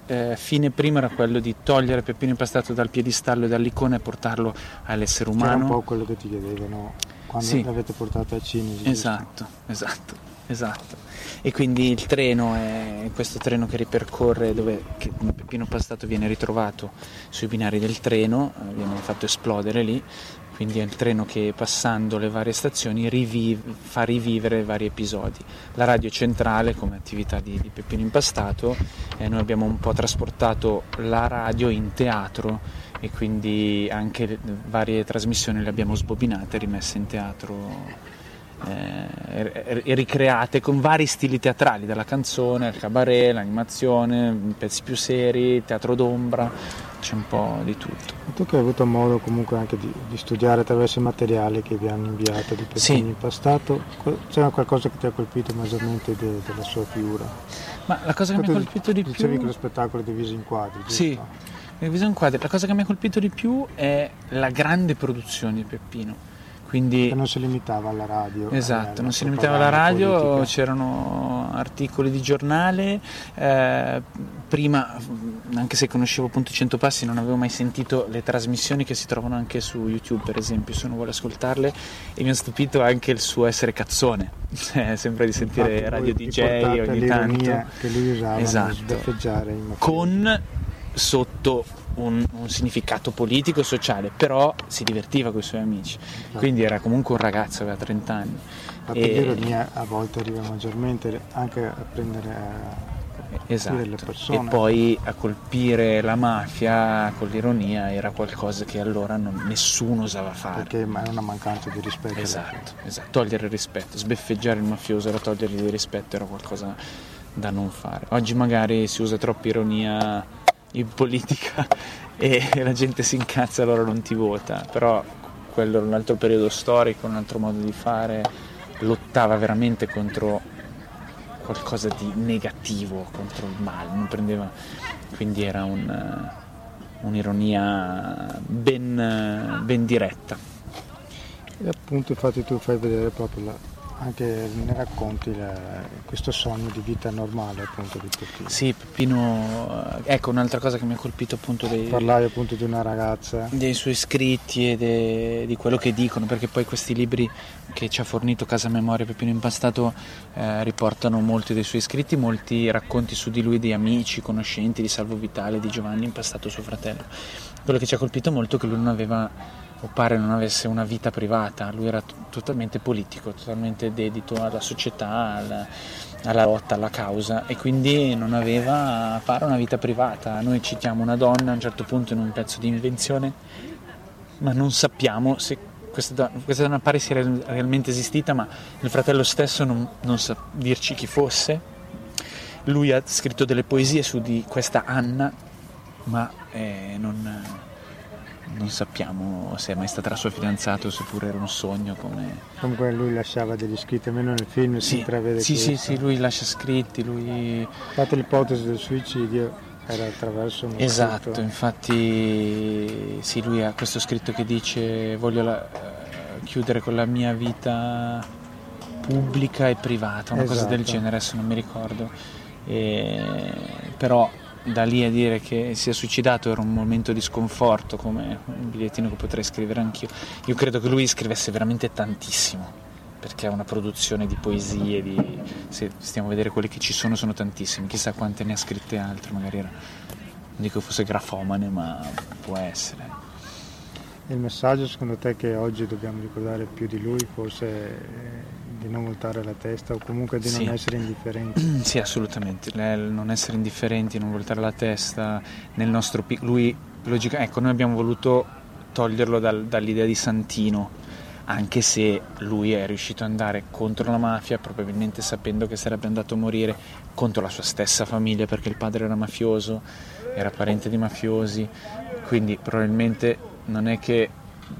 eh, fine primo era quello di togliere Peppino Impastato dal piedistallo e dall'icona e portarlo all'essere umano. Era un po' quello che ti chiedevano quando sì. l'avete portato a Cinisi. Esatto, esatto, esatto. E quindi il treno è questo treno che ripercorre, dove che Peppino Impastato viene ritrovato sui binari del treno, viene fatto esplodere lì. Quindi è il treno che, passando le varie stazioni, rivive, fa rivivere vari episodi. La radio centrale, come attività di, di Peppino Impastato, eh, noi abbiamo un po' trasportato la radio in teatro e quindi anche le varie trasmissioni le abbiamo sbobinate e rimesse in teatro, eh, e ricreate con vari stili teatrali, dalla canzone al cabaret, l'animazione, pezzi più seri, teatro d'ombra, c'è un po' di tutto. E tu che hai avuto modo comunque anche di, di studiare attraverso i materiali che vi hanno inviato di Peppino sì. Impastato, c'era qualcosa che ti ha colpito maggiormente de, della sua figura? Ma la cosa che mi ha colpito di dicevi più... Dicevi che lo spettacolo è diviso in quadri, giusto? Sì, è diviso in quadri. La cosa che mi ha colpito di più è la grande produzione di Peppino. Quindi, che non si limitava alla radio. Esatto, eh, non si limitava alla radio, politica. C'erano articoli di giornale, eh, prima, anche se conoscevo appunto cento passi, non avevo mai sentito le trasmissioni che si trovano anche su YouTube, per esempio, se uno vuole ascoltarle, e mi ha stupito anche il suo essere cazzone, sempre di sentire Infatti, radio D J ogni l'ironia tanto. che lui usava, esatto. sbeffeggiare i con sotto un, un significato politico e sociale, però si divertiva con i suoi amici, quindi era comunque un ragazzo, aveva trenta anni. La e... l'ironia a volte arriva maggiormente anche a prendere a esatto. le persone. E poi a colpire la mafia con l'ironia era qualcosa che allora non, nessuno osava fare, perché è una mancanza di rispetto. Esatto, esatto, togliere il rispetto, sbeffeggiare il mafioso era togliergli il rispetto, era qualcosa da non fare. Oggi magari si usa troppa ironia in politica e la gente si incazza, allora non ti vota, però quello era un altro periodo storico, un altro modo di fare, lottava veramente contro qualcosa di negativo, contro il male, non prendeva, quindi era un, un'ironia ben, ben diretta. E appunto infatti tu fai vedere proprio la, anche ne racconti la, questo sogno di vita normale appunto di Peppino. Sì, Peppino, ecco un'altra cosa che mi ha colpito appunto dei, parlavi appunto di una ragazza, dei suoi scritti e de, di quello che dicono, perché poi questi libri che ci ha fornito Casa Memoria Peppino Impastato eh, riportano molti dei suoi scritti, molti racconti su di lui di amici, conoscenti, di Salvo Vitale, di Giovanni Impastato, suo fratello. Quello che ci ha colpito molto è che lui non aveva, o pare non avesse una vita privata, lui era t- totalmente politico, totalmente dedito alla società, alla, alla lotta, alla causa, e quindi non aveva, pare, una vita privata. Noi citiamo una donna a un certo punto in un pezzo di Invenzione, ma non sappiamo se questa donna, questa donna pare sia real, realmente esistita, ma il fratello stesso non, non sa dirci chi fosse. Lui ha scritto delle poesie su di questa Anna, ma eh, non... non sappiamo se è mai stata la sua fidanzata o seppure era un sogno. Come... Comunque lui lasciava degli scritti, almeno nel film sì, si intravede sì, questo. sì, sì, lui lascia scritti, lui... Infatti l'ipotesi del suicidio era attraverso un esatto, scritto. Infatti sì, lui ha questo scritto che dice voglio la, uh, chiudere con la mia vita pubblica e privata, una esatto. cosa del genere, adesso non mi ricordo, e... però da lì a dire che si è suicidato era un momento di sconforto, come un bigliettino che potrei scrivere anch'io. Io credo che lui scrivesse veramente tantissimo, perché è una produzione di poesie, di... se stiamo a vedere quelle che ci sono sono tantissime, chissà quante ne ha scritte altre, magari era, non dico fosse grafomane, ma può essere. Il messaggio secondo te che oggi dobbiamo ricordare più di lui forse è di non voltare la testa o comunque di sì. non essere indifferenti? Sì, assolutamente, non essere indifferenti, non voltare la testa nel nostro pic- lui logica, ecco, noi abbiamo voluto toglierlo dal, dall'idea di santino, anche se lui è riuscito ad andare contro la mafia, probabilmente sapendo che sarebbe andato a morire, contro la sua stessa famiglia, perché il padre era mafioso, era parente di mafiosi, quindi probabilmente non è che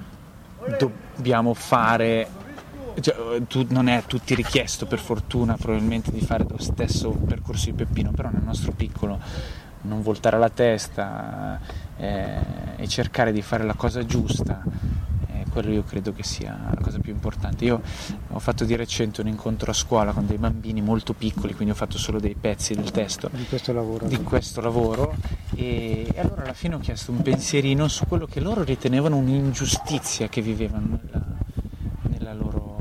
dobbiamo fare, cioè, tu, non è a tutti richiesto, per fortuna, probabilmente di fare lo stesso percorso di Peppino, però nel nostro piccolo non voltare la testa eh, e cercare di fare la cosa giusta, eh, quello io credo che sia la cosa più importante. Io ho fatto di recente un incontro a scuola con dei bambini molto piccoli, quindi ho fatto solo dei pezzi del testo di questo lavoro, di questo lavoro e, e allora alla fine ho chiesto un pensierino su quello che loro ritenevano un'ingiustizia che vivevano nella, nella, loro,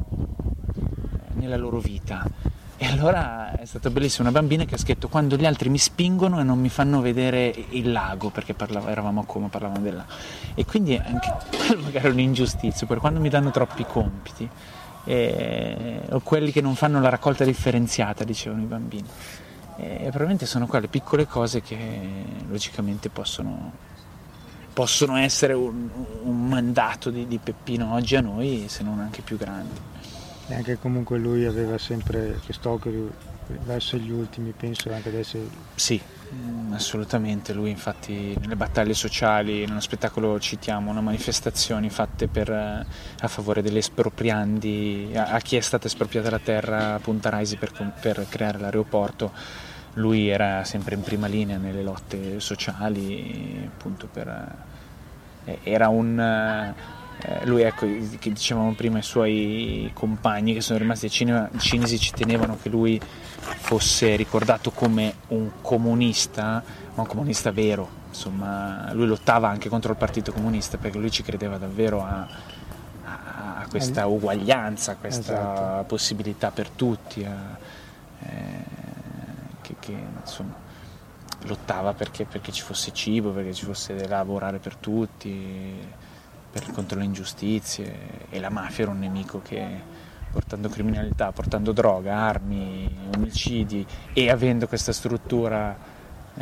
nella loro vita. E allora è stato bellissimo, una bambina che ha scritto: quando gli altri mi spingono e non mi fanno vedere il lago, perché parlava, eravamo a Como, parlavamo del lago, e quindi anche quello magari è un'ingiustizia, perché quando mi danno troppi compiti eh, o quelli che non fanno la raccolta differenziata, dicevano i bambini, e probabilmente sono quelle piccole cose che logicamente possono, possono essere un, un mandato di, di Peppino oggi a noi, se non anche più grandi. E anche comunque lui aveva sempre quest'occhio verso gli ultimi, penso anche adesso. Sì, assolutamente. Lui infatti nelle battaglie sociali, nello spettacolo citiamo una manifestazioni fatte per, a favore degli espropriandi, a, a chi è stata espropriata la terra a Punta Raisi per, per creare l'aeroporto. Lui era sempre in prima linea nelle lotte sociali, appunto per, era un... Eh, lui, ecco, che dicevamo prima, i suoi compagni che sono rimasti cinesi ci tenevano che lui fosse ricordato come un comunista, ma un comunista vero, insomma lui lottava anche contro il Partito Comunista perché lui ci credeva davvero a, a, a questa uguaglianza, a questa esatto. possibilità per tutti, a, eh, che, che insomma lottava perché, perché ci fosse cibo, perché ci fosse da lavorare per tutti, per, contro le ingiustizie, e la mafia era un nemico che, portando criminalità, portando droga, armi, omicidi e avendo questa struttura eh...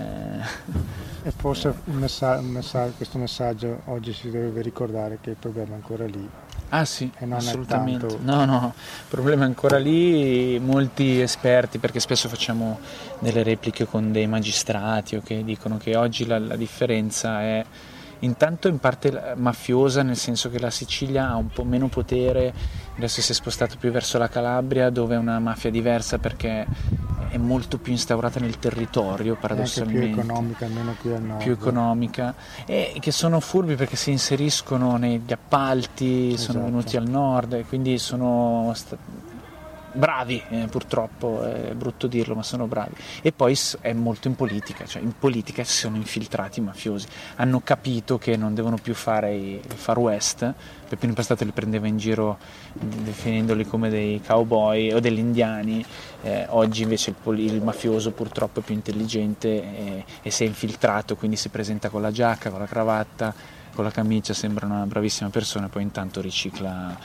e forse un messa- un messa- questo messaggio oggi si dovrebbe ricordare che il problema è ancora lì. Ah sì, e non assolutamente. È tanto... No, no, il problema è ancora lì. Molti esperti, perché spesso facciamo delle repliche con dei magistrati o che dicono che oggi la, la differenza è intanto in parte mafiosa, nel senso che la Sicilia ha un po' meno potere, adesso si è spostato più verso la Calabria, dove è una mafia diversa perché è molto più instaurata nel territorio, paradossalmente, più economica, almeno qui al nord, più economica, e che sono furbi perché si inseriscono negli appalti, esatto. Sono venuti al nord e quindi sono st- bravi, eh, purtroppo è brutto dirlo, ma sono bravi. E poi è molto in politica, cioè in politica si sono infiltrati i mafiosi, hanno capito che non devono più fare i Far West. Peppino Impastato li prendeva in giro definendoli come dei cowboy o degli indiani, eh, oggi invece il, poli- il mafioso purtroppo è più intelligente e, e si è infiltrato, quindi si presenta con la giacca, con la cravatta, con la camicia, sembra una bravissima persona, poi intanto ricicla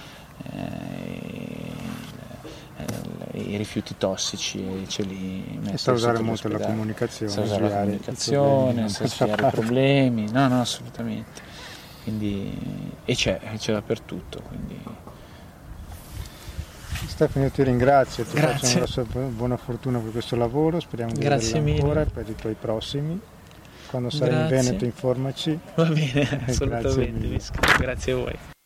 eh, i rifiuti tossici e ce li mette. E sa usare molto la comunicazione, sa usare la comunicazione, sa sviare i problemi, no no assolutamente, quindi e c'è, c'è dappertutto, quindi. Stefano, io ti ringrazio, ti Grazie. faccio una buona fortuna per questo lavoro, speriamo di Grazie vederlo ancora mille. per i tuoi prossimi. Quando sarai Grazie. in Veneto informaci. Va bene, assolutamente. Grazie, Grazie a voi.